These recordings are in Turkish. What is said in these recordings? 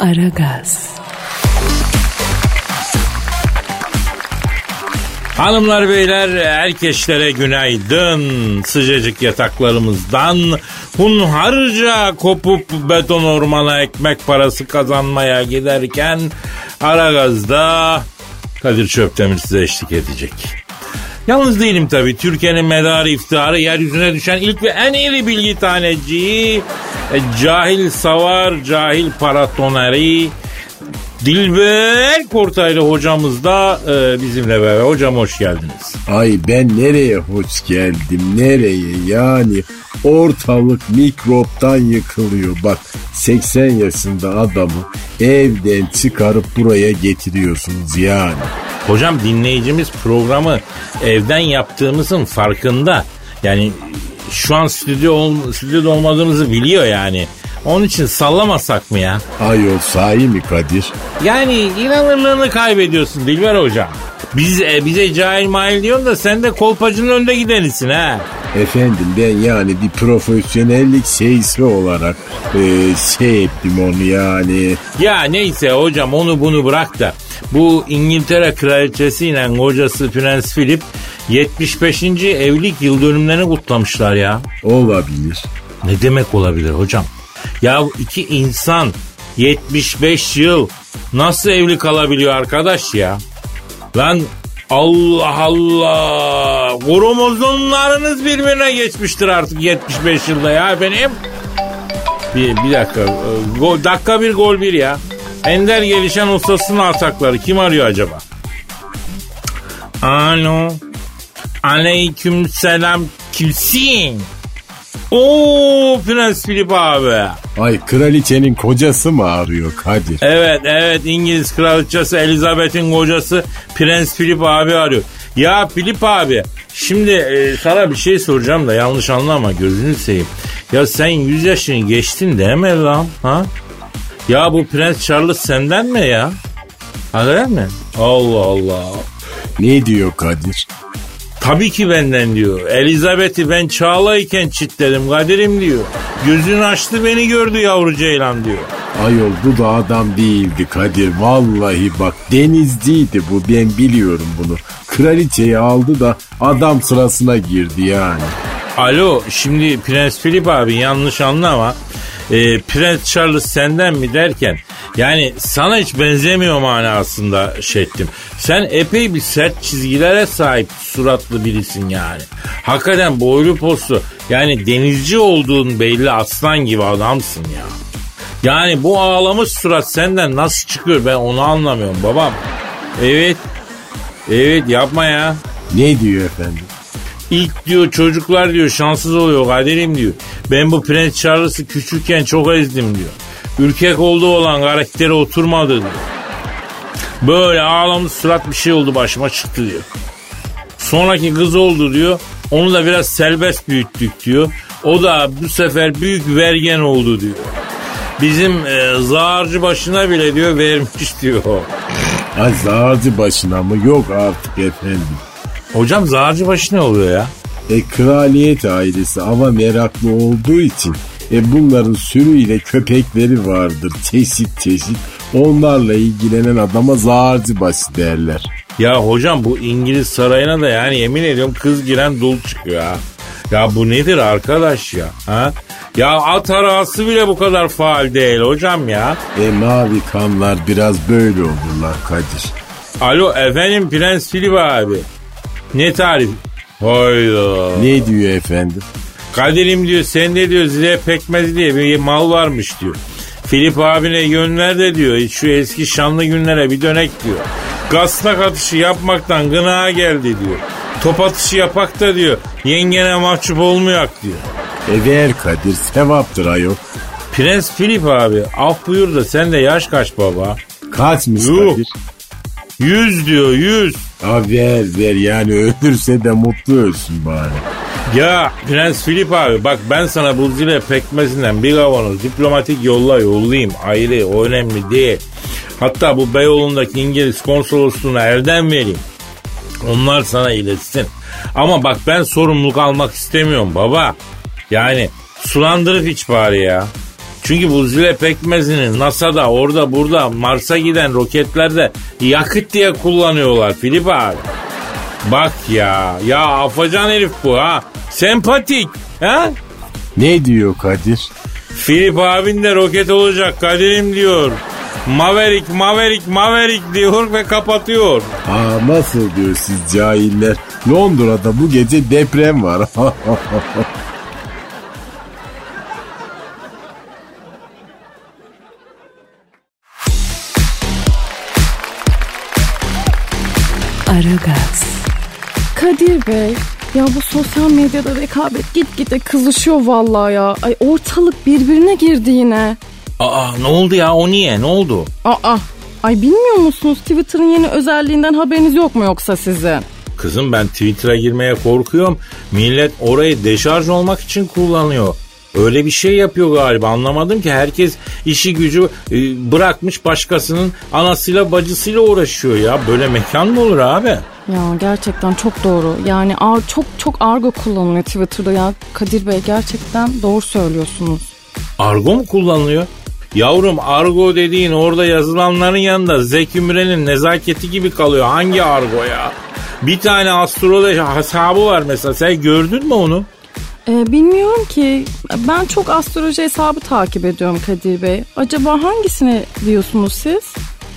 Aragaz. Hanımlar beyler, erkeşlere günaydın. Sıcacık yataklarımızdan hunharca kopup beton ormana ekmek parası kazanmaya giderken Aragaz'da Kadir Çöptemir size eşlik edecek. Yalnız değilim tabii. Türkiye'nin medarı iftiharı, yeryüzüne düşen ilk ve en iri bilgi taneciği, cahil savar, cahil paratoneri Dilber Kortaylı hocamız da bizimle beraber. Hocam hoş geldiniz. Ay ben nereye hoş geldim, nereye yani, ortalık mikroptan yıkılıyor. Bak 80 yaşında adamı evden çıkarıp buraya getiriyorsunuz yani. Hocam dinleyicimiz programı evden yaptığımızın farkında. Yani şu an stüdyoda olmadığımızı biliyor yani. Onun için sallamasak mı ya? Ayol sahi mi Kadir? Yani inanırlığını kaybediyorsun Dilber hocam. Bize cahil mahil diyorsun da sen de kolpacının önde gidenisin ha. Efendim ben yani bir profesyonellik şeysi olarak ettim onu yani. Ya neyse hocam, onu bunu bırak da bu İngiltere kraliçesiyle kocası Prens Philip 75. evlilik yıl dönümlerini kutlamışlar ya. Olabilir. Ne demek olabilir hocam? Ya iki insan 75 yıl nasıl evli kalabiliyor arkadaş ya? Lan Allah Allah, kromozomlarınız birbirine geçmiştir artık 75 yılda ya benim. Bir dakika, dakika bir gol bir ya. Ender gelişen ustasının atakları, kim arıyor acaba? Alo. Aleyküm selam, kimsin? Oo, Prens Philip abi. Ay kraliçenin kocası mı arıyor Kadir? Evet, İngiliz kraliçesi Elizabeth'in kocası Prens Philip abi arıyor. Ya Philip abi, şimdi sana bir şey soracağım da yanlış anlama, gözünü seveyim. Ya sen 100 yaşını geçtin değil mi lan? Ha? Ya bu Prens Charles senden mi ya? Öyle mi? Allah Allah. Ne diyor Kadir? Tabii ki benden diyor. Elizabeth'i ben çağlayken çitledim Kadir'im diyor. Gözünü açtı beni gördü yavru ceylan diyor. Ayol bu da adam değildi Kadir. Vallahi bak denizciydi bu, ben biliyorum bunu. Kraliçeyi aldı da adam sırasına girdi yani. Alo, şimdi Prens Philip abi yanlış anlama. Prens Charles senden mi derken yani sana hiç benzemiyor manasında şey ettim. Sen epey bir sert çizgilere sahip suratlı birisin yani. Hakikaten boylu poslu, yani denizci olduğun belli, aslan gibi adamsın ya. Yani bu ağlamış surat senden nasıl çıkıyor, ben onu anlamıyorum babam. Evet yapma ya. Ne diyor efendim? İlk diyor çocuklar diyor şanssız oluyor Kadir'im diyor. Ben bu Prens Charles'ı küçükken çok ezdim diyor. Ürkek olduğu olan karakteri oturmadı diyor. Böyle ağlamış surat bir şey oldu başıma çıktı diyor. Sonraki kız oldu diyor. Onu da biraz serbest büyüttük diyor. O da bu sefer büyük vergen oldu diyor. Bizim zağarcı başına bile diyor vermiş diyor. Ay zağarcı başına mı? Yok artık efendim. Hocam zağarcıbaşı ne oluyor ya? Kraliyet ailesi ama meraklı olduğu için bunların sürüyle köpekleri vardır çeşit. Onlarla ilgilenen adama zağarcıbaşı derler. Ya hocam bu İngiliz sarayına da yani yemin ediyorum kız giren dul çıkıyor ha. Ya bu nedir arkadaş ya? Ha? Ya at arası bile bu kadar faal değil hocam ya. Mavi kanlar biraz böyle olurlar Kadir. Alo efendim Prens Philip abi. Ne tarif? Hayda. Ne diyor efendim? Kadir'im diyor sende diyor zile pekmez diye bir mal varmış diyor. Philip abine gönder de diyor şu eski şanlı günlere bir dönek diyor. Gasnak atışı yapmaktan gına geldi diyor. Top atışı yapak da diyor yengene mahcup olmayak diyor. Ver Kadir, sevaptır ayol. Prens Philip abi af buyur da sen de yaş kaç baba? Kaçmış Kadir? 100 diyor 100. Ver yani ölürse de mutlu ölsün bari. Ya Prens Philip abi bak ben sana bu zile pekmezinden bir kavanoz diplomatik yollayayım ayrı, o önemli değil. Hatta bu Beyoğlu'ndaki İngiliz konsolosluğuna elden vereyim. Onlar sana iletsin. Ama bak ben sorumluluk almak istemiyorum baba. Yani sulandırıp iç bari ya. Çünkü bu zile pekmezini NASA'da orada burada Mars'a giden roketlerde yakıt diye kullanıyorlar Filip abi. Bak ya afacan herif bu ha. Sempatik ha. Ne diyor Kadir? Filip abin de roket olacak Kadir'im diyor. Maverick diyor ve kapatıyor. Nasıl diyor siz cahiller? Londra'da bu gece deprem var. Aragaz. Kadir Bey, ya bu sosyal medyada rekabet gitgide kızışıyor vallahi ya. Ay ortalık birbirine girdi yine. Ne oldu ya, o niye, ne oldu? Ay bilmiyor musunuz Twitter'ın yeni özelliğinden haberiniz yok mu yoksa sizin? Kızım ben Twitter'a girmeye korkuyorum. Millet orayı deşarj olmak için kullanıyor. Öyle bir şey yapıyor galiba, anlamadım ki. Herkes işi gücü bırakmış başkasının anasıyla bacısıyla uğraşıyor ya. Böyle mekan mı olur abi? Ya gerçekten çok doğru. Yani çok argo kullanılıyor Twitter'da ya. Kadir Bey gerçekten doğru söylüyorsunuz. Argo mu kullanılıyor? Yavrum argo dediğin orada yazılanların yanında Zeki Müren'in nezaketi gibi kalıyor. Hangi argo ya? Bir tane astroloji hesabı var mesela. Sen gördün mü onu? Bilmiyorum ki. Ben çok astroloji hesabı takip ediyorum Kadir Bey. Acaba hangisini diyorsunuz siz?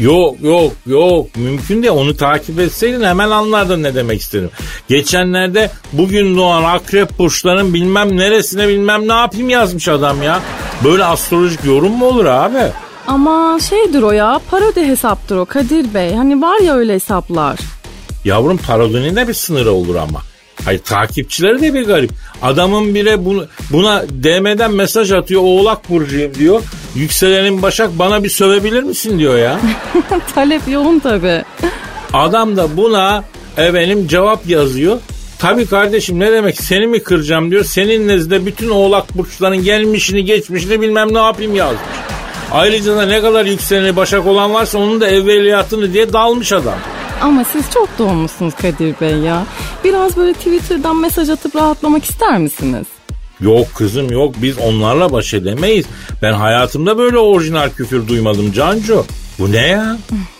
Yok. Mümkün değil. Onu takip etseydin hemen anlardın ne demek istedim. Geçenlerde bugün doğan akrep burçların bilmem neresine bilmem ne yapayım yazmış adam ya. Böyle astrolojik yorum mu olur abi? Ama şeydir o ya, parodi hesaptır o Kadir Bey. Hani var ya öyle hesaplar. Yavrum parodinin de bir sınırı olur ama. Hayır, takipçileri de bir garip. Adamın bile buna DM'den mesaj atıyor. Oğlak burcuyum diyor. Yükselenin Başak, bana bir sövebilir misin diyor ya. Talep yoğun tabii. Adam da buna cevap yazıyor. Tabii kardeşim, ne demek, seni mi kıracağım diyor. Senin nezdinde bütün oğlak burçların gelmişini geçmişini bilmem ne yapayım yazmış. Ayrıca da ne kadar yükseleni Başak olan varsa onun da evveliyatını diye dalmış adam. Ama siz çok doğmuşsunuz Kadir Bey ya. Biraz böyle Twitter'dan mesaj atıp rahatlamak ister misiniz? Yok kızım yok, biz onlarla baş edemeyiz. Ben hayatımda böyle orijinal küfür duymadım Cancu. Bu ne ya?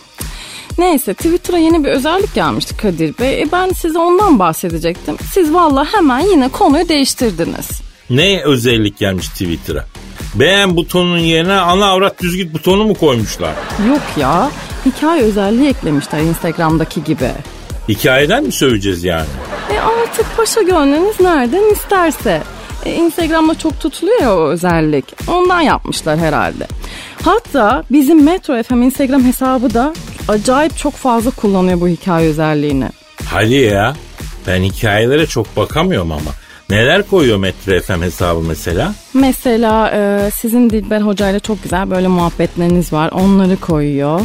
Neyse, Twitter'a yeni bir özellik gelmişti Kadir Bey. Ben size ondan bahsedecektim. Siz vallahi hemen yine konuyu değiştirdiniz. Ne özellik gelmiş Twitter'a? Beğen butonunun yerine ana avrat düzgün butonu mu koymuşlar? Yok ya, hikaye özelliği eklemişler Instagram'daki gibi. Hikayeden mi söyleyeceğiz yani? Artık paşa gönlünüz nereden isterse. Instagram'da çok tutuluyor ya o özellik. Ondan yapmışlar herhalde. Hatta bizim Metro FM Instagram hesabı da acayip çok fazla kullanıyor bu hikaye özelliğini. Hadi ya, ben hikayelere çok bakamıyorum ama. Neler koyuyor Metro FM hesabı mesela? Mesela sizin Dilber Hoca ile çok güzel böyle muhabbetleriniz var. Onları koyuyor.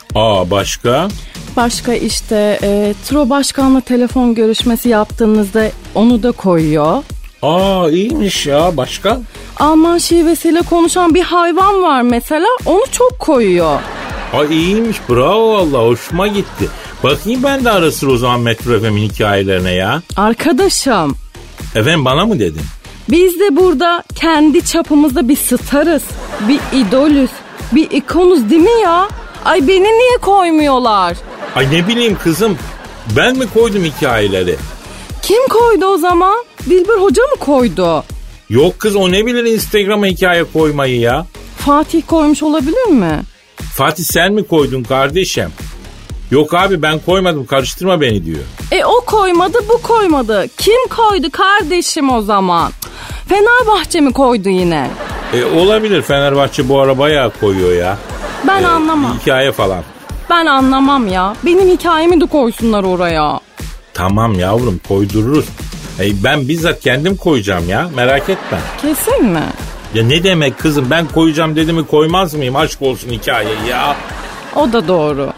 Başka? Başka işte Tro Başkan'la telefon görüşmesi yaptığınızda onu da koyuyor. İyiymiş ya, başka? Alman şivesiyle konuşan bir hayvan var mesela, onu çok koyuyor. İyiymiş, bravo vallahi, hoşuma gitti. Bakayım ben de ara sıra o zaman Metro FM'in hikayelerine ya. Arkadaşım. Efendim, bana mı dedin? Biz de burada kendi çapımızda bir starız, bir idolüz, bir ikonuz değil mi ya? Ay beni niye koymuyorlar? Ay ne bileyim kızım, ben mi koydum hikayeleri? Kim koydu o zaman? Dilber Hoca mı koydu? Yok kız, o ne bilir Instagram'a hikaye koymayı ya? Fatih koymuş olabilir mi? Fatih sen mi koydun kardeşim? Yok abi, ben koymadım, karıştırma beni diyor. O koymadı, bu koymadı. Kim koydu kardeşim o zaman? Fenerbahçe mi koydu yine? Olabilir, Fenerbahçe bu ara bayağı koyuyor ya. Ben anlamam. Hikaye falan. Ben anlamam ya. Benim hikayemi de koysunlar oraya. Tamam yavrum, koydururuz. Ben bizzat kendim koyacağım ya, merak etme. Kesin mi? Ya ne demek kızım, ben koyacağım dedi mi koymaz mıyım? Aşk olsun hikayeyi ya. O da doğru.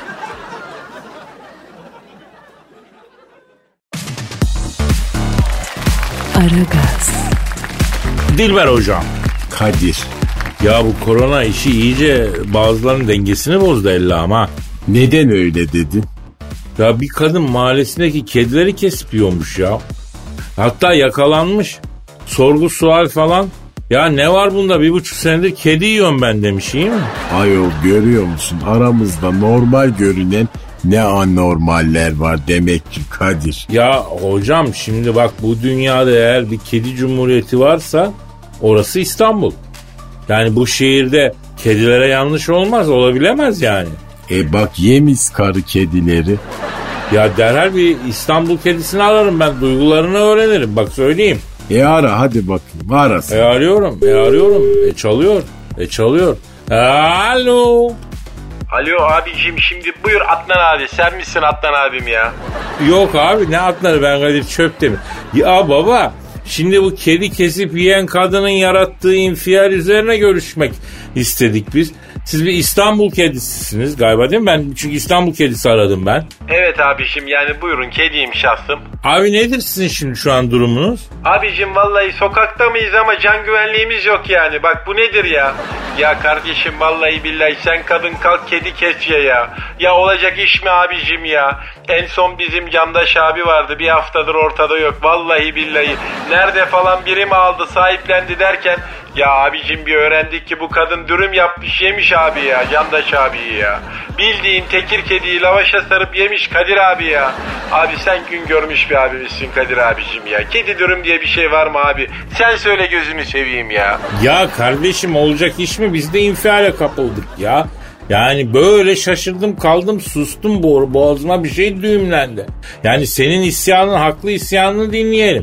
Aragaz. Dilber hocam. Kadir. Ya bu korona işi iyice bazılarının dengesini bozdu ella ama. Neden öyle dedin? Ya bir kadın mahallesindeki kedileri kesip yiyormuş ya. Hatta yakalanmış. Sorgu sual falan. Ya ne var bunda, 1,5 senedir kedi yiyorum ben demiş, iyi mi? Ayol görüyor musun? Aramızda normal görünen ne anormaller var demek ki Kadir. Ya hocam şimdi bak, bu dünyada eğer bir kedi cumhuriyeti varsa orası İstanbul. Yani bu şehirde kedilere yanlış olmaz, olabilemez yani. Bak yemiş karı kedileri. Ya derhal bir İstanbul kedisini ararım ben, duygularını öğrenirim, bak söyleyeyim. Ara hadi bakayım, arasın. Arıyorum. Çalıyor. Alo. Alo abicim, şimdi buyur Adnan abi, sen misin Adnan abim ya? Yok abi, ne Adnan'ı, ben Kadir Çöptemir. Ya baba, şimdi bu kedi kesip yiyen kadının yarattığı infial üzerine görüşmek istedik biz. Siz bir İstanbul kedisisiniz galiba, değil mi? Ben çünkü İstanbul kedisi aradım ben. Evet abicim, yani buyurun, kediyim şahsım. Abi nedir sizin şimdi şu an durumunuz? Abicim vallahi sokakta mıyız ama can güvenliğimiz yok yani. Bak bu nedir ya? Ya kardeşim vallahi billahi, sen kadın kalk kedi kes ya. Ya olacak iş mi abicim ya? En son bizim Candaş abi vardı, bir haftadır ortada yok. Vallahi billahi. Nerede falan, biri mi aldı sahiplendi derken... Ya abicim bir öğrendik ki bu kadın dürüm yapmış yemiş abi ya, Candaş abiyi ya. Bildiğin tekir kediyi lavaşa sarıp yemiş Kadir abi ya. Abi sen gün görmüş bir abimizsin Kadir abicim ya. Kedi dürüm diye bir şey var mı abi? Sen söyle gözünü seveyim ya. Ya kardeşim olacak iş mi? Biz de infiale kapıldık ya. Yani böyle şaşırdım kaldım, sustum, boğazıma bir şey düğümlendi. Yani senin isyanın, haklı isyanını dinleyelim.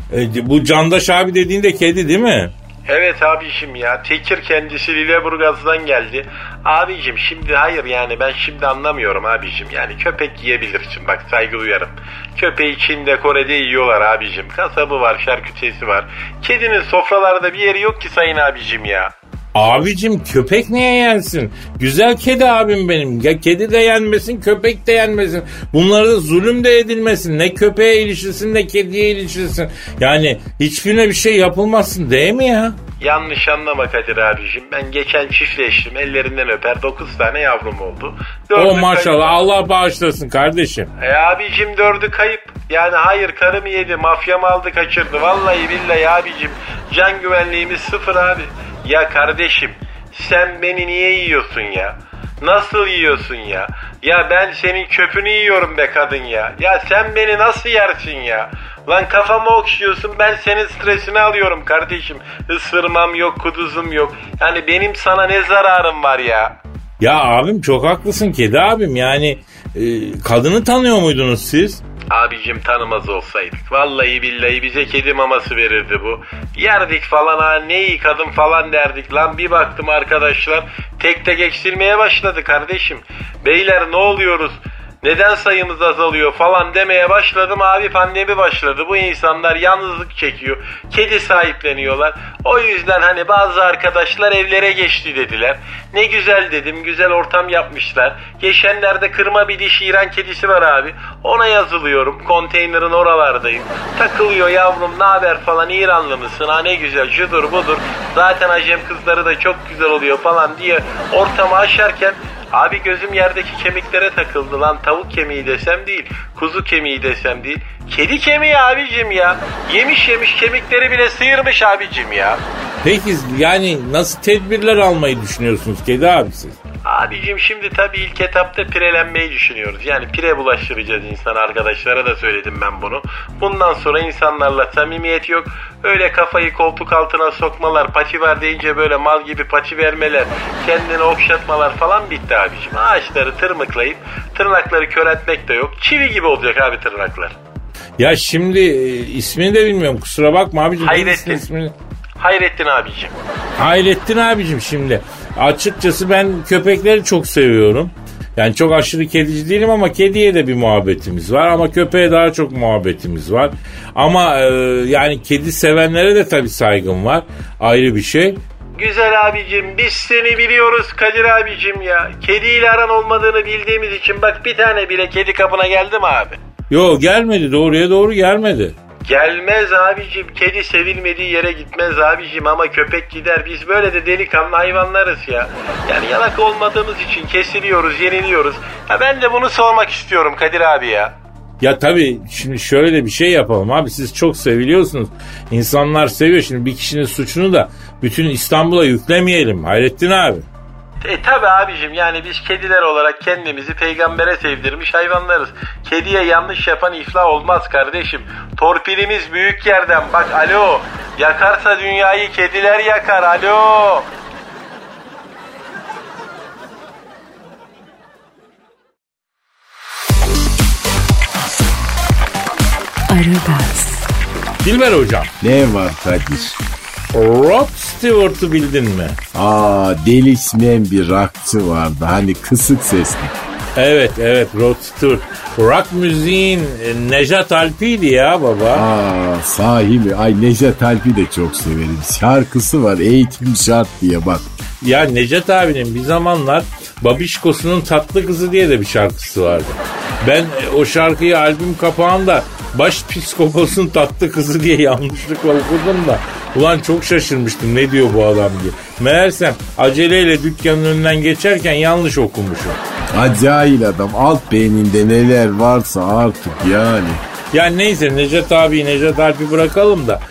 Bu Candaş abi dediğin de kedi değil mi? Evet abicim ya, tekir kendisi, Lüleburgaz'dan geldi. Abicim şimdi hayır yani, ben şimdi anlamıyorum abicim. Yani köpek yiyebilirsin, bak saygı duyarım. Köpeği Çin'de, Kore'de yiyorlar abicim. Kasabı var, şarküterisi var. Kedinin sofralarda bir yeri yok ki sayın abicim ya. Abicim köpek niye yensin? Güzel kedi abim benim. Ya kedi de yenmesin, köpek de yenmesin. Bunlara da zulüm de edilmesin. Ne köpeğe ilişilsin ne kediye ilişilsin. Yani hiçbirine bir şey yapılmasın değil mi ya? Yanlış anlama Kadir abicim. Ben geçen çiftleştim, ellerinden öper, 9 tane yavrum oldu. O maşallah kayıp. Allah bağışlasın kardeşim. Abicim 4'ü kayıp. Yani hayır, karımı yedi, mafyamı aldı kaçırdı. Vallahi billahi abicim, can güvenliğimiz sıfır abi. Ya kardeşim sen beni niye yiyorsun ya? Nasıl yiyorsun ya? Ya ben senin çöpünü yiyorum be kadın ya. Ya sen beni nasıl yersin ya? Lan kafama okşuyorsun, ben senin stresini alıyorum kardeşim. Isırmam yok, kuduzum yok. Yani benim sana ne zararım var ya? Ya abim çok haklısın kedi abim. Yani kadını tanıyor muydunuz siz? Abicim tanımaz olsaydık. Vallahi billahi bize kedi maması verirdi bu. Yerdik falan, ha ne iyi kadın falan derdik. Lan bir baktım arkadaşlar tek tek eksilmeye başladı kardeşim. Beyler ne oluyoruz? Neden sayımız azalıyor falan demeye başladım abi, pandemi başladı. Bu insanlar yalnızlık çekiyor. Kedi sahipleniyorlar. O yüzden hani bazı arkadaşlar evlere geçti dediler. Ne güzel dedim, güzel ortam yapmışlar. Geçenlerde kırma bir dişi İran kedisi var abi. Ona yazılıyorum, konteynerin oralardayım. Takılıyor yavrum, ne haber falan, İranlı mısın, ha ne güzel, şudur budur. Zaten Acem kızları da çok güzel oluyor falan diye ortamı aşarken... Abi gözüm yerdeki kemiklere takıldı lan. Tavuk kemiği desem değil, kuzu kemiği desem değil. Kedi kemiği abicim ya. Yemiş kemikleri bile sıyırmış abicim ya. Peki yani nasıl tedbirler almayı düşünüyorsunuz kedi abi siz? Abicim şimdi tabii ilk etapta pirelenmeyi düşünüyoruz. Yani pire bulaştıracağız insan, arkadaşlara da söyledim ben bunu. Bundan sonra insanlarla samimiyet yok. Öyle kafayı koltuk altına sokmalar, pati var deyince böyle mal gibi pati vermeler, kendini okşatmalar falan bitti abicim. Ağaçları tırmıklayıp tırnakları köreltmek de yok. Çivi gibi olacak abi tırnaklar. Ya şimdi ismini de bilmiyorum, kusura bakma abicim. Hayrettin. Hayrettin abicim. Hayrettin abicim şimdi. Açıkçası ben köpekleri çok seviyorum. Yani çok aşırı kedici değilim ama kediye de bir muhabbetimiz var. Ama köpeğe daha çok muhabbetimiz var. Ama yani kedi sevenlere de tabii saygım var. Ayrı bir şey. Güzel abicim, biz seni biliyoruz Kadir abicim ya. Kediyle aran olmadığını bildiğimiz için bak bir tane bile kedi kapına geldi mi abi? Yo gelmedi, doğruya doğru gelmedi. Gelmez abicim, kedi sevilmediği yere gitmez abicim ama köpek gider. Biz böyle de delikanlı hayvanlarız ya. Yani yalak olmadığımız için kesiliyoruz, yeniliyoruz. Ha ben de bunu sormak istiyorum Kadir abi ya. Ya tabii şimdi şöyle de bir şey yapalım abi. Siz çok seviliyorsunuz. İnsanlar seviyor. Şimdi bir kişinin suçunu da bütün İstanbul'a yüklemeyelim. Hayrettin abi. Tabi abicim, yani biz kediler olarak kendimizi peygambere sevdirmiş hayvanlarız. Kediye yanlış yapan iflah olmaz kardeşim. Torpilimiz büyük yerden. Bak alo, yakarsa dünyayı kediler yakar, alo. Aragaz, Dilber hocam, Ne var Kadir? Rod Stewart'ı bildin mi? Delişmeyen bir rockçı vardı. Hani kısık sesli. Evet Rod Stewart. Rock müziğin Nejat Alp'iydi ya baba. Sahi mi? Ay Nejat Alp'i de çok severim. Şarkısı var, Eğitim Şart diye bak. Ya Nejat abinin bir zamanlar Babişkosu'nun Tatlı Kızı diye de bir şarkısı vardı. Ben o şarkıyı albüm kapağında baş psikoposun tatlı kızı diye yanlışlıkla okudum da ulan çok şaşırmıştım, ne diyor bu adam diye. Meğersem aceleyle dükkanın önünden geçerken yanlış okumuşum. Acayip adam. Alt beyninde neler varsa artık yani. Ya neyse Nejat Alp'i bırakalım da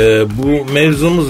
bu mevzumuz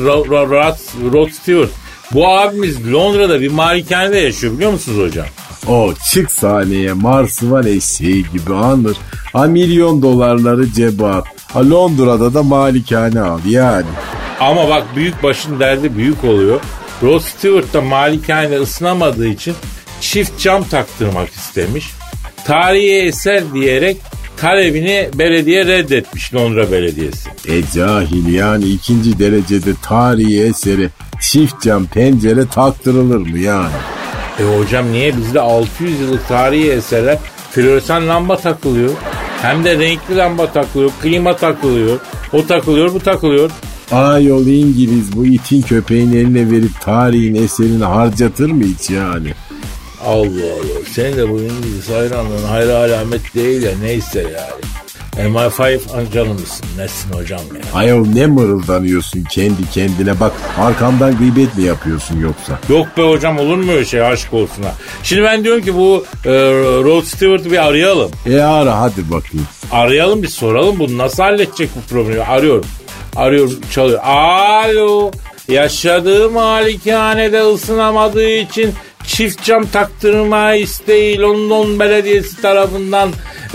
Rod Stewart. Bu abimiz Londra'da bir malikanede yaşıyor, biliyor musunuz hocam? O çık sahneye Mars'ı eşeği gibi anır. Milyon dolarları cebe at. Londra'da da malikane al yani. Ama bak büyük başın derdi büyük oluyor. Rod Stewart da malikanede ısınamadığı için çift cam taktırmak istemiş. Tarihi eser diyerek talebini belediye reddetmiş, Londra Belediyesi. Cahil yani, ikinci derecede tarihi eseri çift cam pencere taktırılır mı yani? Hocam niye bizde 600 yıllık tarihi eserler floresan lamba takılıyor. Hem de renkli lamba takılıyor, klima takılıyor, o takılıyor, bu takılıyor. Ayol İngiliz bu itin köpeğin eline verip tarihin eserini harcatır mı hiç yani? Allah Allah, senin de bu İngiliz hayranlığın hayra alamet değil ya, neyse yani. MI5 canı mısın? Nesin hocam ya? Ayol ne mırıldanıyorsun kendi kendine, bak arkamdan gıybet mi yapıyorsun yoksa? Yok be hocam, olur mu öyle şey, aşk olsun ha. Şimdi ben diyorum ki bu Rod Stewart'ı bir arayalım. Ara hadi bakayım. Arayalım, bir soralım bunu nasıl halledecek bu problemi. Arıyorum, çalıyor. Alo, yaşadığı malikanede ısınamadığı için çift cam taktırma isteği London Belediyesi tarafından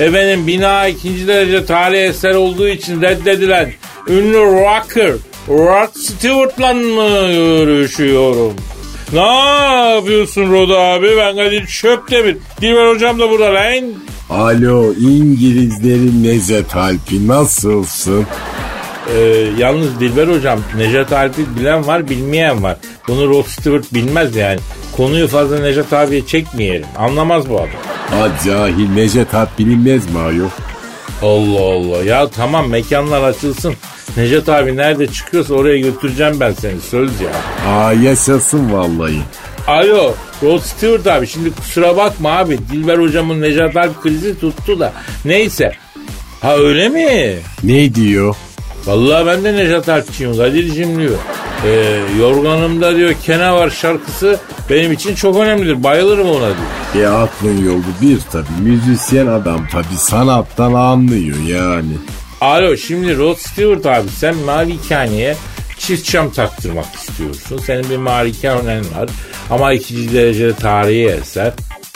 bina 2. derece tarihi eser olduğu için reddedilen ünlü rocker Rod Stewart'la mı görüşüyorum? Ne yapıyorsun Rod abi? Ben Kadir Çöptemir. Dilber hocam da burada lan. Alo İngilizlerin Nejat Alp'i, nasılsın? Yalnız Dilber hocam, Nejat Alp'i bilen var, bilmeyen var. Bunu Rod Stewart bilmez yani. Konuyu fazla Nejat abiye çekmeyelim. Anlamaz bu adam. Cahil, Nejat Alp bilinmez mi ayol? Allah Allah. Ya tamam, mekanlar açılsın. Nejat abi nerede çıkıyorsa oraya götüreceğim ben seni, söz ya. Yaşasın vallahi. Alo Rod Stewart abi, şimdi kusura bakma abi, Dilber hocamın Nejat Alp krizi tuttu da. Neyse. Ha öyle mi? Ne diyor? Vallahi ben de Nejat Alpçiyim Kadir'cim diyor. Yorganımda diyor kene var şarkısı benim için çok önemlidir. Bayılırım ona diyor. Aklın yolu bir tabii. Müzisyen adam tabii, sanattan anlıyor yani. Alo, şimdi Rod Stewart abi, sen malikaneye çift cam taktırmak istiyorsun. Senin bir malikanen var ama 2. derecede tarihi eser.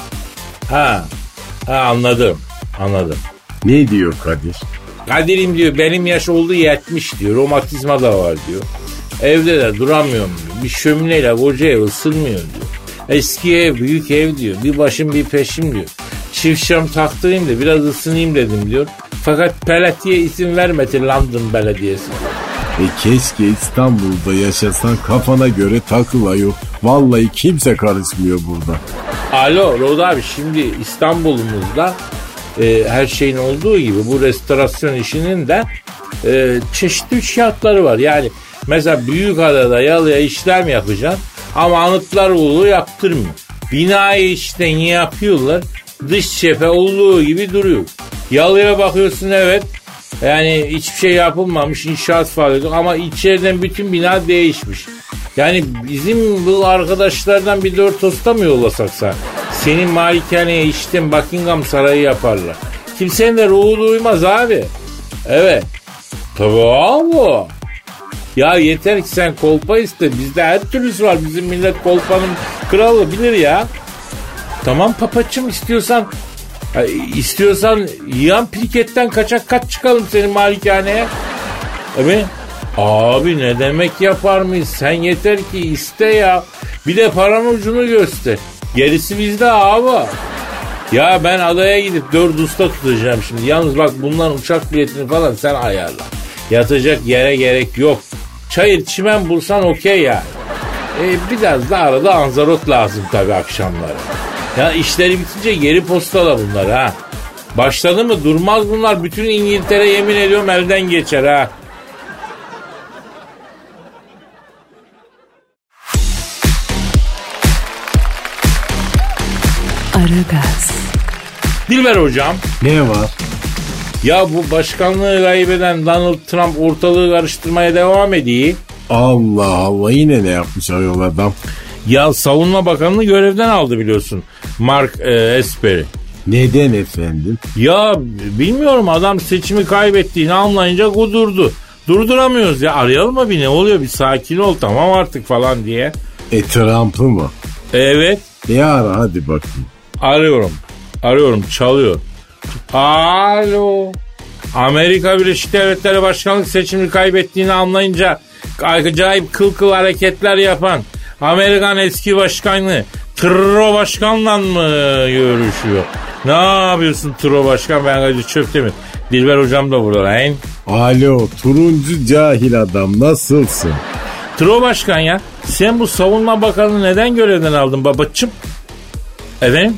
Anladım. Ne diyor Kadir? Kadir'im diyor, benim yaş oldu 70 diyor. Romatizma da var diyor. Evde de duramıyorum diyor. Bir şömineyle koca ev ısınmıyor diyor. Eski ev, büyük ev diyor. Bir başım bir peşim diyor. Çift cam taktırayım da biraz ısınayım dedim diyor. Fakat peletiye isim vermedi London Belediyesi. Keşke İstanbul'da yaşasan, kafana göre takılayım. Vallahi kimse karışmıyor burada. Alo Rod abi, şimdi İstanbul'umuzda her şeyin olduğu gibi bu restorasyon işinin de çeşitli şartları var. Yani mesela Büyükada'da yalıya işlem yapacaksın ama Anıtlar yaptırmıyor. Binayı işte niye yapıyorlar? Dış cephe olduğu gibi duruyor. Yalıya bakıyorsun, evet. Yani hiçbir şey yapılmamış, inşaat faaliyeti ama içeriden bütün bina değişmiş. Yani bizim bu arkadaşlardan bir 4 tosta mı yollasak sen? Senin malikaneye işte Buckingham Sarayı yaparlar. Kimsenin de ruhu duymaz abi. Evet. Tabii abi. Ya yeter ki sen kolpa iste. Bizde her türlüsü var. Bizim millet kolpanın kralı bilir ya. Tamam papaçım istiyorsan yan pirketten kaçak kaç çıkalım senin malikaneye. Evet. Abi ne demek yapar mıyız? Sen yeter ki iste ya. Bir de paranın ucunu göster. Gerisi bizde abi. Ya ben adaya gidip 4 usta tutacağım şimdi. Yalnız bak bunların uçak biletini falan sen ayarla. Yatacak yere gerek yok. Çayır çimen bulsan okey yani. Biraz da arada anzarot lazım tabii akşamları. Ya işleri bitince geri postala bunlar ha. Başladı mı durmaz bunlar. Bütün İngiltere yemin ediyorum elden geçer ha. Aragaz. Dilber hocam. Ne var? Ya bu başkanlığı kaybeden Donald Trump ortalığı karıştırmaya devam ediyor. Allah Allah, yine ne yapmış ayol adam? Ya savunma bakanını görevden aldı biliyorsun. Mark Esper. Neden efendim? Ya bilmiyorum, adam seçimi kaybettiğini anlayınca kudurdu. Durduramıyoruz ya, arayalım mı bir, ne oluyor bir sakin ol tamam artık falan diye. Trump'ı mı? Evet. Ara hadi bakayım. Arıyorum çalıyor. Alo. Amerika Birleşik Devletleri başkanlık seçimini kaybettiğini anlayınca acayip kıl hareketler yapan Amerikan eski başkanı Tro Başkan'la mı görüşüyor? Ne yapıyorsun Tro Başkan? Ben Kadir Çöptemir. Dilber hocam da burada lan. Alo turuncu cahil adam, nasılsın? Tro Başkan ya, sen bu savunma bakanını neden görevden aldın babacığım? Efendim?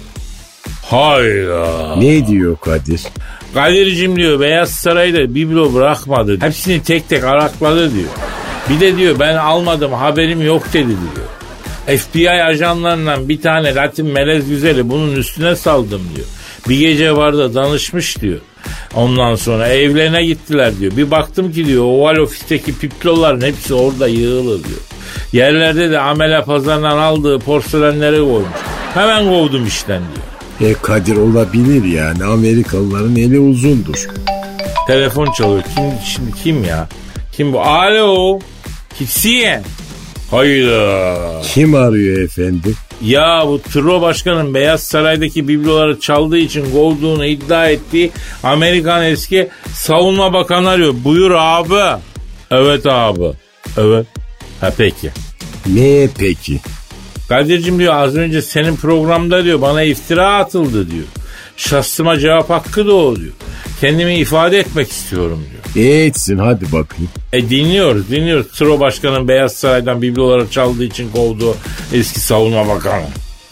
Hayda. Ne diyor Kadir? Kadir'cim diyor Beyaz Saray'da biblo bırakmadı. Hepsini tek tek arakladı diyor. Bir de diyor ben almadım haberim yok dedi diyor. FBI ajanlarından bir tane Latin melez güzeli bunun üstüne saldım diyor. Bir gece vardı danışmış diyor. Ondan sonra evlerine gittiler diyor. Bir baktım ki diyor Oval Ofis'teki piploların hepsi orada yığılı diyor. Yerlerde de amele pazarından aldığı porselenleri koymuş. Hemen kovdum işten diyor. Kadir olabilir yani, Amerikalıların eli uzundur. Telefon çalıyor. Kim ya? Kim bu? Alo. Kimsin? Hayda. Kim arıyor efendim? Ya bu Tro Başkan'ın Beyaz Saray'daki bibloları çaldığı için kovduğunu iddia ettiği Amerikan eski savunma bakanı arıyor. Buyur abi. Evet abi. Evet. Ha peki. Ne peki? Kadir'cim diyor az önce senin programda diyor bana iftira atıldı diyor. Şahsıma cevap hakkı doğuyor. Kendimi ifade etmek istiyorum diyor. Etsin hadi bakayım. Dinliyoruz. Tro Başkan'ın Beyaz Saray'dan bibloları çaldığı için kovduğu eski savunma bakanı.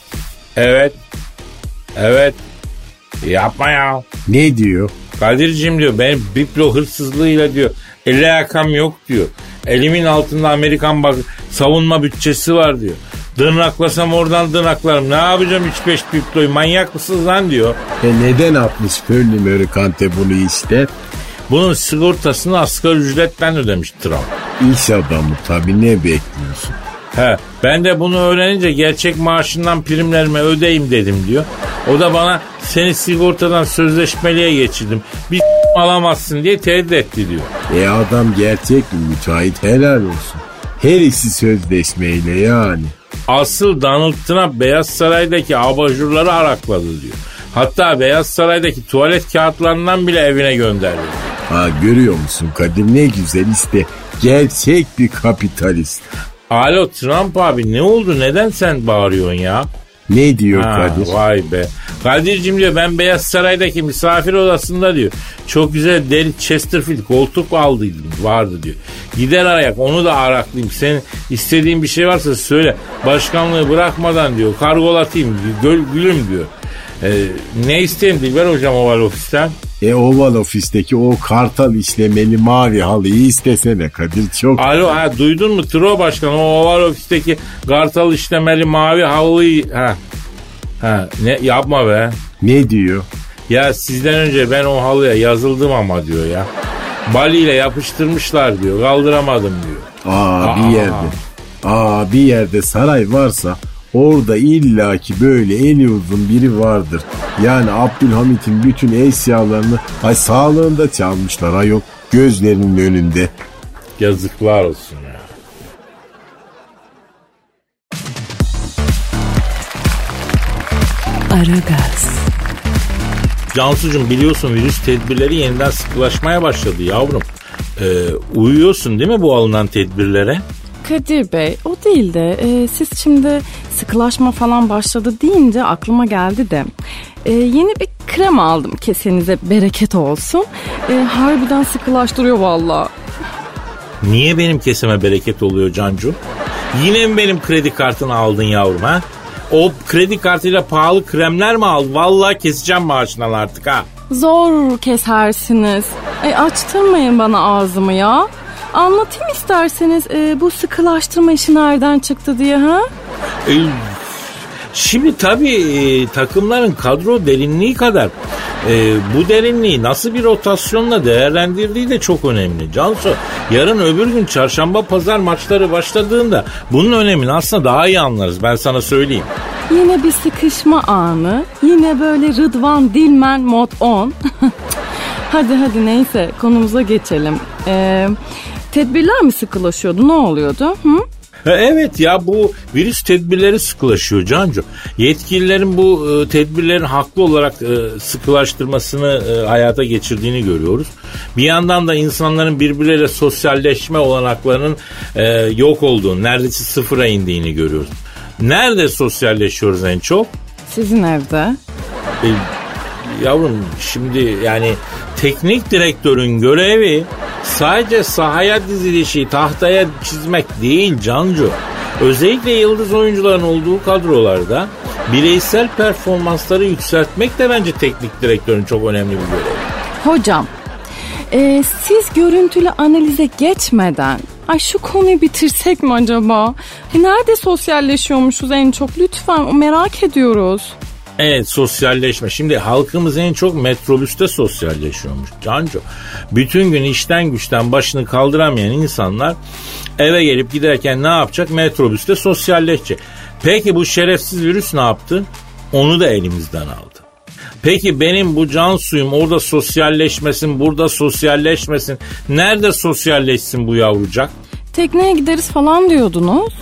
Evet. Yapma ya. Ne diyor? Kadir'cim diyor benim biblo hırsızlığıyla diyor alakam yok diyor. Elimin altında Amerikan savunma bütçesi var diyor. Dırnaklasam oradan dırnaklarım. Ne yapacağım 3-5 bibloyu, manyak mısınız lan diyor. Neden 60 Fölli Merikante bunu ister? Bunun sigortasını asgari ücretten ödemiş Trump. İş adamı tabii, ne bekliyorsun? Ben de bunu öğrenince gerçek maaşından primlerimi ödeyim dedim diyor. O da bana seni sigortadan sözleşmeliye geçirdim. Bir alamazsın diye tehdit etti diyor. Adam gerçek mi müteahhit, helal olsun. Her ikisi sözleşmeyle yani. Asıl Donald Trump Beyaz Saray'daki abajurları arakladı diyor. Hatta Beyaz Saray'daki tuvalet kağıtlarından bile evine gönderdi. Görüyor musun Kadir, ne güzel işte, gerçek bir kapitalist. Alo Trump abi, ne oldu, neden sen bağırıyorsun ya? Ne diyor Kadir? Vay be. Kadir'cim diyor ben Beyaz Saray'daki misafir odasında diyor çok güzel deri Chesterfield koltuk vardı diyor. Gider arayak onu da araklayayım. Senin istediğin bir şey varsa söyle. Başkanlığı bırakmadan diyor kargolatayım gülüm diyor. Ne isteyeyim Dilber hocam Oval Ofis'ten? Oval Ofis'teki o kartal işlemeli mavi halıyı istesene Kadir, çok. Alo duydun mu Tro Başkan, o Oval Ofis'teki kartal işlemeli mavi halıyı ne yapma be. Ne diyor? Ya sizden önce ben o halıya yazıldım ama diyor ya. Baliyle yapıştırmışlar diyor, kaldıramadım diyor. Bir yerde saray varsa Orada illaki böyle eli uzun biri vardır. Yani Abdülhamit'in bütün eşyalarını sağlığında çalmışlar ayol, gözlerinin önünde. Yazıklar olsun ya. Aragaz. Cansucuğum, biliyorsun virüs tedbirleri yeniden sıkılaşmaya başladı yavrum. Uyuyorsun değil mi bu alınan tedbirlere? Kadir Bey, o değil de siz şimdi sıkılaşma falan başladı deyince aklıma geldi de yeni bir krem aldım, kesenize bereket olsun. Harbiden sıkılaştırıyor vallahi. Niye benim keseme bereket oluyor Cancu? Yine mi benim kredi kartını aldın yavrum ha? O kredi kartıyla pahalı kremler mi aldın? Vallahi keseceğim maaşından artık ha. Zor kesersiniz. Açtırmayın bana ağzımı ya. Anlatayım isterseniz bu sıkılaştırma işi nereden çıktı diye ha? Şimdi tabii takımların kadro derinliği kadar bu derinliği nasıl bir rotasyonla değerlendirdiği de çok önemli. Cansu, yarın öbür gün çarşamba pazar maçları başladığında bunun önemini aslında daha iyi anlarız, ben sana söyleyeyim. Yine bir sıkışma anı, yine böyle Rıdvan Dilmen mod 10. hadi neyse, konumuza geçelim. Tedbirler mi sıkılaşıyordu, ne oluyordu? Hı? Evet ya, bu virüs tedbirleri sıkılaşıyor Cancu. Yetkililerin bu tedbirlerin haklı olarak sıkılaştırmasını hayata geçirdiğini görüyoruz. Bir yandan da insanların birbirleriyle sosyalleşme olanaklarının yok olduğunu, neredeyse sıfıra indiğini görüyoruz. Nerede sosyalleşiyoruz en çok? Sizin evde. Yavrum şimdi yani teknik direktörün görevi sadece sahaya dizilişi, tahtaya çizmek değil Cancu. Özellikle yıldız oyuncuların olduğu kadrolarda bireysel performansları yükseltmek de bence teknik direktörün çok önemli bir görevi. Hocam, siz görüntülü analize geçmeden şu konuyu bitirsek mi acaba? Nerede sosyalleşiyormuşuz en çok? Lütfen, merak ediyoruz. Evet, sosyalleşme. Şimdi halkımız en çok metrobüste sosyalleşiyormuş Cancu. Bütün gün işten güçten başını kaldıramayan insanlar eve gelip giderken ne yapacak? Metrobüste sosyalleşecek. Peki bu şerefsiz virüs ne yaptı? Onu da elimizden aldı. Peki benim bu can suyum orada sosyalleşmesin, burada sosyalleşmesin. Nerede sosyalleşsin bu yavrucak? Tekneye gideriz falan diyordunuz.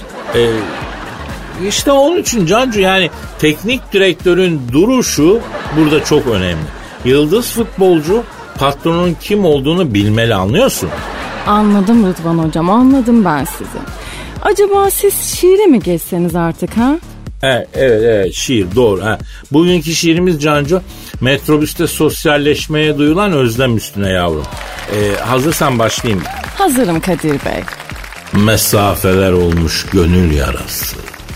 İşte onun için Cancu, yani teknik direktörün duruşu burada çok önemli. Yıldız futbolcu patronun kim olduğunu bilmeli, anlıyorsun? Anladım Rıdvan hocam, anladım ben sizi. Acaba siz şiire mi geçseniz artık ha? Evet şiir doğru. Bugünkü şiirimiz Cancu, metrobüste sosyalleşmeye duyulan özlem üstüne yavrum. Hazırsan başlayayım. Hazırım Kadir Bey. Mesafeler olmuş gönül yarası.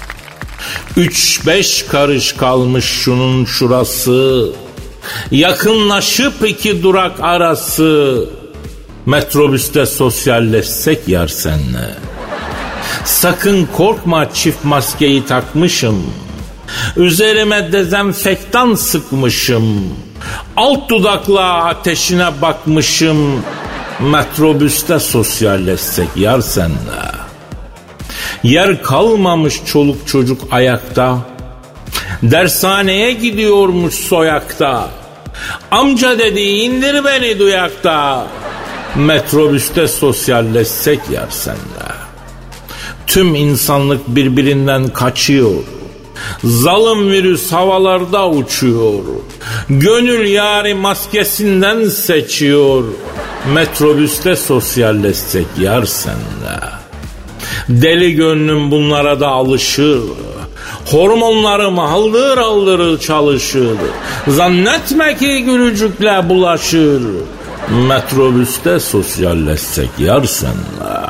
3-5 karış kalmış şunun şurası. Yakınlaşıp 2 durak arası. Metrobüste sosyalleşsek yar senle. Sakın korkma, çift maskeyi takmışım. Üzerime dezenfektan sıkmışım. Alt dudakla ateşine bakmışım. Metrobüste sosyalleşsek yar senle. Yer kalmamış çoluk çocuk ayakta. Dershaneye gidiyormuş soyakta. Amca dedi indir beni duyakta. Metrobüste sosyalleşsek yer senle. Tüm insanlık birbirinden kaçıyor. Zalim virüs havalarda uçuyor. Gönül yari maskesinden seçiyor. Metrobüste sosyalleşsek yar senle. Deli gönlüm bunlara da alışır. Hormonlarım haldır haldır çalışır. Zannetme ki gülücükle bulaşır. Metrobüste sosyalleşsek yar senle.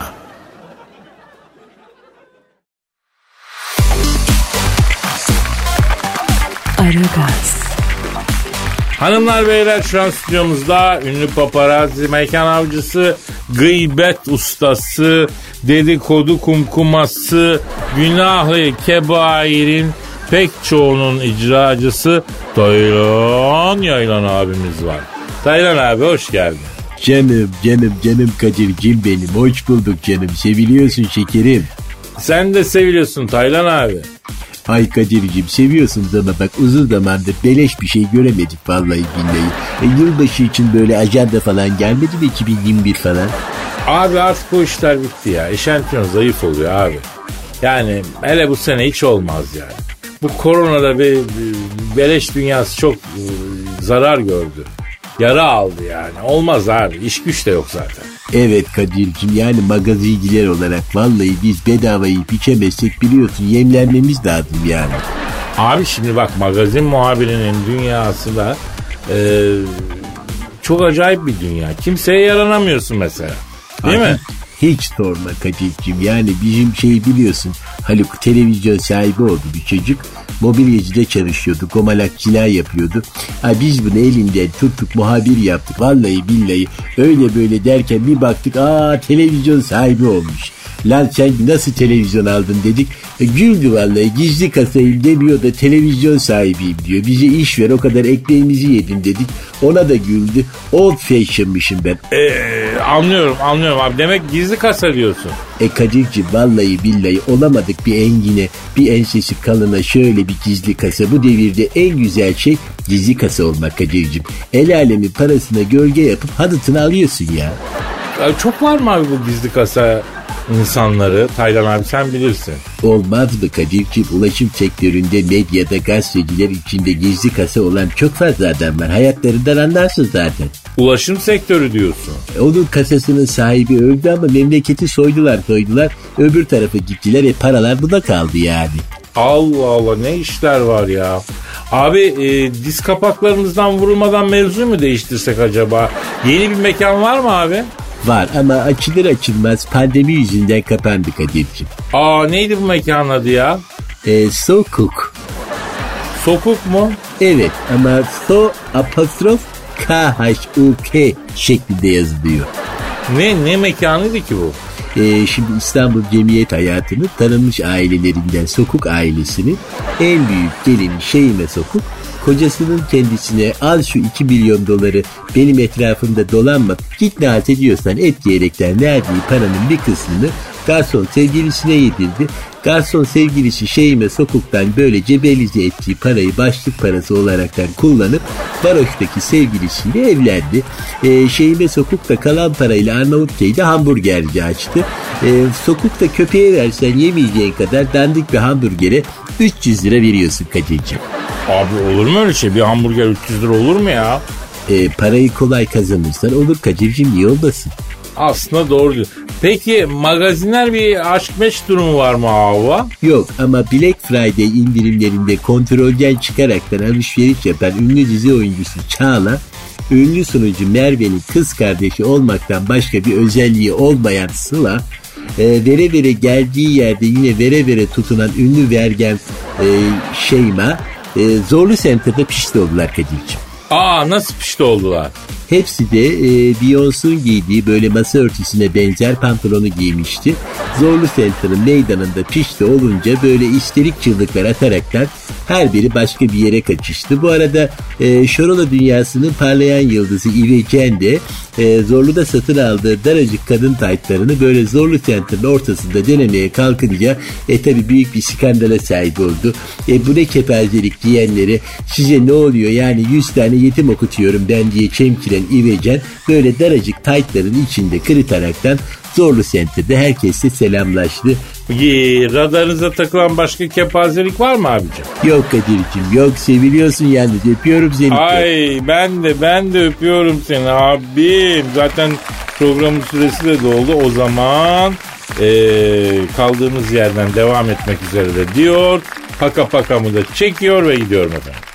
Aragaz. Hanımlar beyler, şu an stüdyomuzda ünlü paparazzi, mekan avcısı, gıybet ustası, dedikodu kumkuması, günahı kebairin pek çoğunun icracısı Taylan Yaylan abimiz var. Taylan abi hoş geldin. Canım Kadir'cim benim. Hoş bulduk canım. Seviliyorsun şekerim. Sen de seviliyorsun Taylan abi. Ay Kadir'cim seviyorsunuz ama bak uzun zamandır beleş bir şey göremedik vallahi billahi. Yılbaşı için böyle ajanda falan gelmedi mi 2021 falan? Abi artık o işler bitti ya. Eşantiyon zayıf oluyor abi. Yani hele bu sene hiç olmaz yani. Bu koronada bir beleş dünyası çok zarar gördü. Yara aldı yani. Olmaz abi. İş güç de yok zaten. Evet Kadir'cim yani magazinciler olarak vallahi biz bedavayı içemezsek biliyorsun yemlenmemiz lazım yani. Abi şimdi bak magazin muhabirinin dünyası da çok acayip bir dünya. Kimseye yaranamıyorsun mesela. Değil mi? Hiç sorma Kadir'cim yani bizim şey biliyorsun Haluk televizyon sahibi oldu bir çocuk. Mobilyacıda çalışıyordu, komalakçılar yapıyordu. Biz bunu elinden tuttuk muhabir yaptık. Vallahi billahi öyle böyle derken bir baktık televizyon sahibi olmuş. Lan sen nasıl televizyon aldın dedik. Güldü vallahi gizli kasayım demiyor da televizyon sahibiyim diyor. Bize iş ver o kadar ekmeğimizi yedin dedik. Ona da güldü. Old fashion'mışım ben. Anlıyorum abi. Demek gizli kasa diyorsun. Kadir'cim vallahi billahi olamadık bir engine, bir ensesi kalına şöyle bir gizli kasa. Bu devirde en güzel şey gizli kasa olmak Kadir'cim. El alemin parasına gölge yapıp hadıtını alıyorsun ya. Çok var mı abi bu gizli kasa insanları? Taylan abi sen bilirsin. Olmaz mı Kadir'cim? Ulaşım sektöründe medyada gazeteciler içinde gizli kasa olan çok fazla adam var. Hayatlarından anlarsın zaten. Ulaşım sektörü diyorsun. Onun kasasının sahibi öldü ama memleketi soydular. Öbür tarafa gittiler paralar buna kaldı yani. Allah Allah ne işler var ya. Abi diz kapaklarımızdan vurulmadan mevzu mu değiştirsek acaba? Yeni bir mekan var mı abi? Var ama açılır açılmaz pandemi yüzünden kapandı Kadir'cim. Neydi bu mekanın adı ya? Sokuk. Sokuk mu? Evet ama K-H-U-K şeklinde yazılıyor. Ne mekanıydı ki bu? Şimdi İstanbul Cemiyet hayatının tanınmış ailelerinden Sokuk ailesinin en büyük gelini Şeyime Sokuk, kocasının kendisine al şu 2 milyon doları benim etrafımda dolanma git ne halt ediyorsan et diyerekten verdiği paranın bir kısmını garson sevgilisine yedirdi. Garson sevgilisi Şeyime Sokuk'tan böyle cebelize ettiği parayı başlık parası olaraktan kullanıp varoştaki sevgilisiyle evlendi. Şeyime Sokuk da kalan parayla Arnavutköy'de hamburgerci açtı. Sokuk'ta köpeğe versen yemeyeceğin kadar dandik bir hamburgere 300 lira veriyorsun Kadir'cim. Abi olur mu öyle şey? Bir hamburger 300 lira olur mu ya? Parayı kolay kazanırsan olur Kadir'cim niye olmasın? Aslında doğru diyor. Peki magazinler bir aşk meş durumu var mı Hava? Yok ama Black Friday indirimlerinde kontrolden çıkaraktan alışveriş yapan ünlü dizi oyuncusu Çağla, ünlü sunucu Merve'nin kız kardeşi olmaktan başka bir özelliği olmayan Sıla, vere vere geldiği yerde yine vere vere tutunan ünlü vergen Şeyma, Zorlu Center'da pişti oldular Kadir'ciğim. Nasıl pişti oldular? Hepsi de Beyoncé'un giydiği böyle masa örtüsüne benzer pantolonu giymişti. Zorlu Center'ın meydanında pişti olunca böyle isterik çığlıklar ataraktan her biri başka bir yere kaçıştı. Bu arada Şorola dünyasının parlayan yıldızı İvecen de Zorlu'da satın aldığı daracık kadın taytlarını böyle Zorlu Center'ın ortasında denemeye kalkınca tabi büyük bir skandala sahip oldu. Bu ne kepazelik diyenlere size ne oluyor yani 100 tane yetim okutuyorum ben diye çemkiren İvecen böyle daracık taytların içinde kırıtaraktan Zorlu Center'de herkesle selamlaştı. Radarınıza takılan başka kepazelik var mı abicim? Yok Kadir'cim yok seviliyorsun yalnız öpüyorum seni. Ay ben de öpüyorum seni abim. Zaten programın süresi de doldu o zaman kaldığımız yerden devam etmek üzere de diyor. Paka pakamı da çekiyor ve gidiyorum efendim.